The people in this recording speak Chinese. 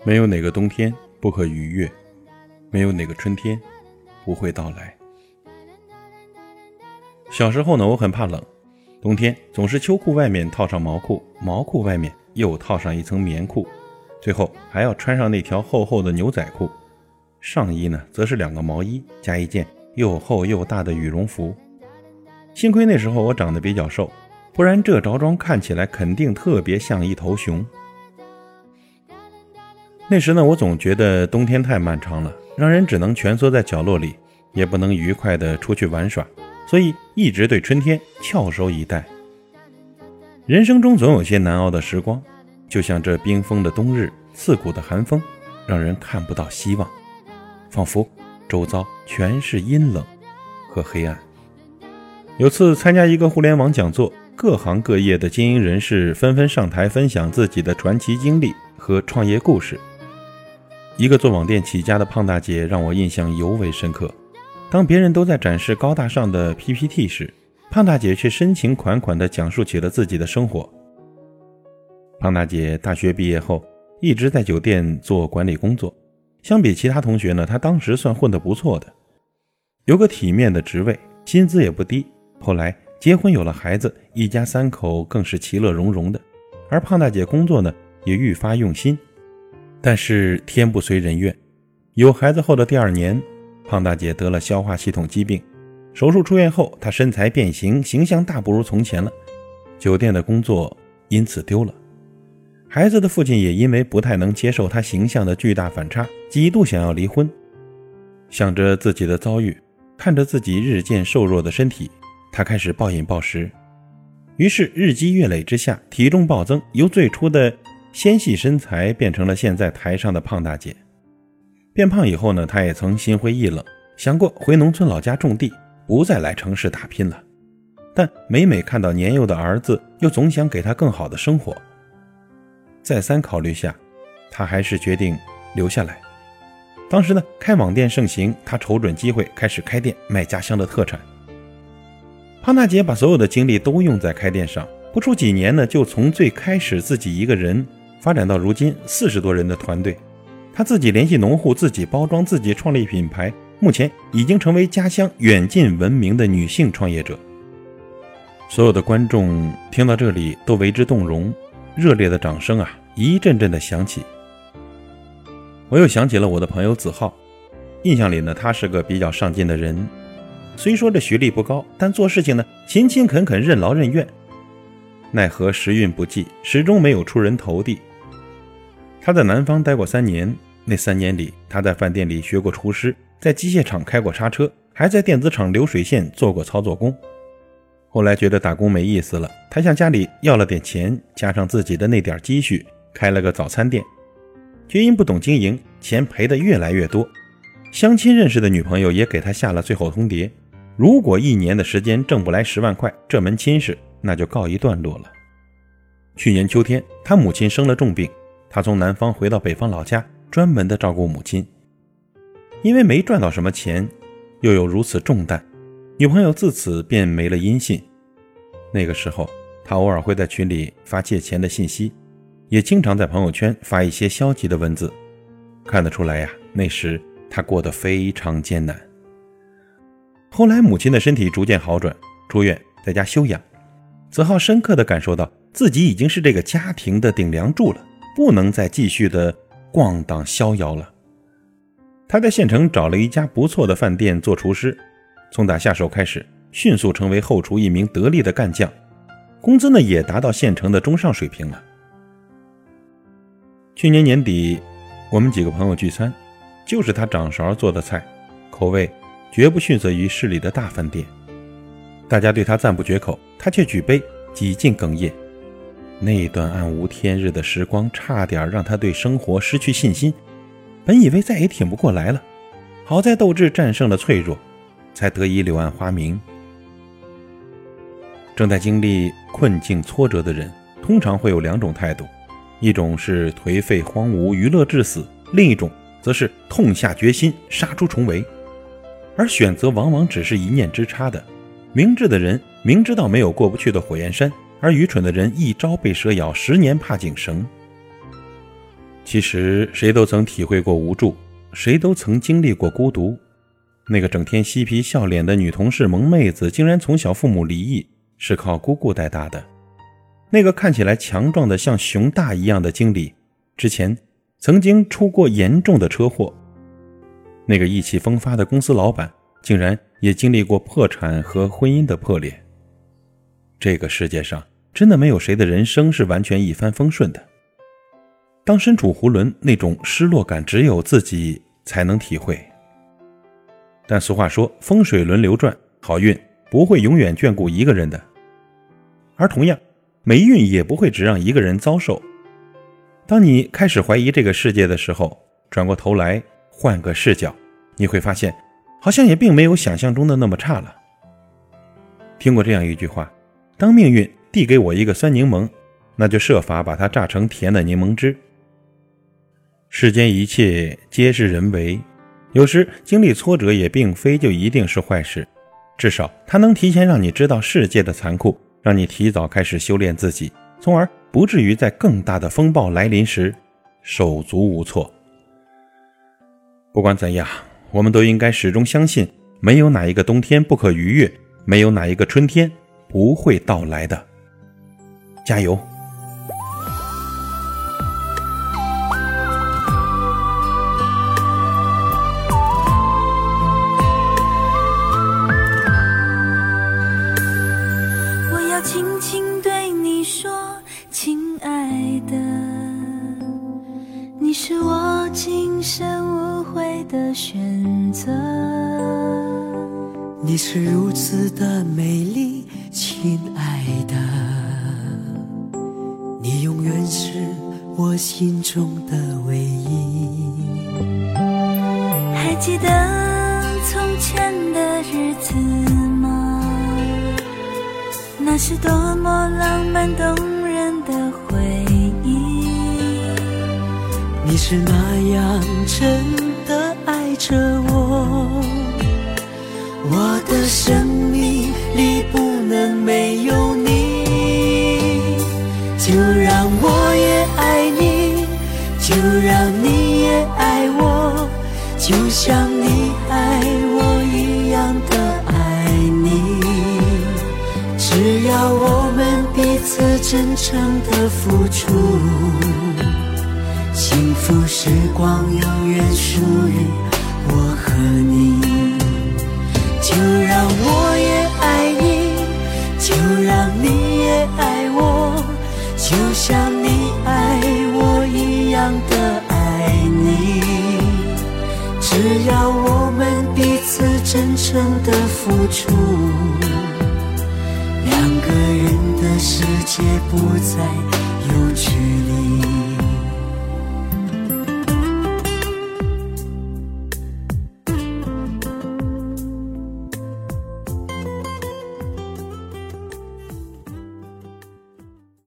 没有哪个冬天不可逾越，没有哪个春天不会到来。小时候呢，我很怕冷，冬天总是秋裤外面套上毛裤，毛裤外面又套上一层棉裤，最后还要穿上那条厚厚的牛仔裤，上衣呢则是2个毛衣加一件又厚又大的羽绒服。幸亏那时候我长得比较瘦，不然这着装看起来肯定特别像一头熊。那时呢，我总觉得冬天太漫长了，让人只能蜷缩在角落里，也不能愉快地出去玩耍，所以一直对春天翘首以待。人生中总有些难熬的时光，就像这冰封的冬日，刺骨的寒风，让人看不到希望，仿佛周遭全是阴冷和黑暗。有次参加一个互联网讲座，各行各业的精英人士纷纷上台分享自己的传奇经历和创业故事。一个做网店起家的胖大姐让我印象尤为深刻。当别人都在展示高大上的 PPT 时，胖大姐却深情款款地讲述起了自己的生活。胖大姐大学毕业后一直在酒店做管理工作，相比其他同学呢，她当时算混得不错的，有个体面的职位，薪资也不低。后来结婚有了孩子，一家3口更是其乐融融的，而胖大姐工作呢也愈发用心。但是天不遂人愿，有孩子后的第2年，胖大姐得了消化系统疾病，手术出院后，她身材变形，形象大不如从前了，酒店的工作因此丢了。孩子的父亲也因为不太能接受她形象的巨大反差，几度想要离婚。想着自己的遭遇，看着自己日渐瘦弱的身体，她开始暴饮暴食，于是日积月累之下，体重暴增，由最初的纤细身材变成了现在台上的胖大姐。变胖以后呢，她也曾心灰意冷，想过回农村老家种地，不再来城市打拼了。但每每看到年幼的儿子，又总想给他更好的生活。再三考虑下，她还是决定留下来。当时呢，开网店盛行，她瞅准机会开始开店，卖家乡的特产。胖大姐把所有的精力都用在开店上，不出几年呢，就从最开始自己一个人发展到如今40多人的团队。她自己联系农户，自己包装，自己创立品牌，目前已经成为家乡远近闻名的女性创业者。所有的观众听到这里都为之动容，热烈的掌声啊，一阵阵的响起。我又想起了我的朋友子浩，印象里呢，他是个比较上进的人，虽说这学历不高，但做事情呢勤勤恳恳，任劳任怨。奈何时运不济，始终没有出人头地。他在南方待过3年，那3年里，他在饭店里学过厨师，在机械厂开过叉车，还在电子厂流水线做过操作工。后来觉得打工没意思了，他向家里要了点钱，加上自己的那点积蓄，开了个早餐店，却因不懂经营，钱赔得越来越多。相亲认识的女朋友也给他下了最后通牒，如果1年的时间挣不来10万块，这门亲事那就告一段落了。去年秋天，他母亲生了重病，他从南方回到北方老家，专门的照顾母亲。因为没赚到什么钱，又有如此重担，女朋友自此便没了音信。那个时候，他偶尔会在群里发借钱的信息，也经常在朋友圈发一些消极的文字。看得出来呀，那时他过得非常艰难。后来母亲的身体逐渐好转，出院在家休养。子浩深刻地感受到自己已经是这个家庭的顶梁柱了，不能再继续的逛荡逍遥了。他在县城找了一家不错的饭店做厨师，从打下手开始，迅速成为后厨一名得力的干将，工资呢也达到县城的中上水平了。去年年底，我们几个朋友聚餐，就是他掌勺做的菜，口味绝不逊色于市里的大饭店。大家对他赞不绝口，他却举杯几近哽咽。那段暗无天日的时光，差点让他对生活失去信心，本以为再也挺不过来了，好在斗志战胜了脆弱，才得以柳暗花明。正在经历困境挫折的人，通常会有2种态度，一种是颓废荒芜，娱乐至死，另一种则是痛下决心，杀出重围。而选择往往只是一念之差的，明智的人明知道没有过不去的火焰山，而愚蠢的人一朝被蛇咬，10年怕井绳。 其实谁都曾体会过无助，谁都曾经历过孤独。那个整天嬉皮笑脸的女同事萌妹子，竟然从小父母离异，是靠姑姑带大的。那个看起来强壮的像熊大一样的经理，之前曾经出过严重的车祸。那个意气风发的公司老板，竟然也经历过破产和婚姻的破裂。这个世界上真的没有谁的人生是完全一帆风顺的。当身处囫囵，那种失落感只有自己才能体会。但俗话说，风水轮流转，好运不会永远眷顾一个人的。而同样，霉运也不会只让一个人遭受。当你开始怀疑这个世界的时候，转过头来换个视角，你会发现好像也并没有想象中的那么差了。听过这样一句话，当命运递给我一个酸柠檬，那就设法把它榨成甜的柠檬汁。世间一切皆是人为，有时经历挫折也并非就一定是坏事，至少它能提前让你知道世界的残酷，让你提早开始修炼自己，从而不至于在更大的风暴来临时手足无措。不管怎样，我们都应该始终相信，没有哪一个冬天不可逾越，没有哪一个春天不会到来的。加油！ 我要轻轻对你说，亲爱的，你是我今生无悔的选择。 你是如此的美丽，亲爱的，你永远是我心中的唯一。 还记得从前的日子吗？那是多么浪漫动人的回忆。 你是那样真的爱着我，我的生命里不能没有你。就让我也爱你，就让你也爱我，就像你爱我一样的爱你。只要我们彼此真诚的付出，幸福时光永远属于我和你。就让我也爱你，就让你也爱我，就像你爱我一样的爱你。只要我们彼此真诚的付出，两个人的世界不再有距离。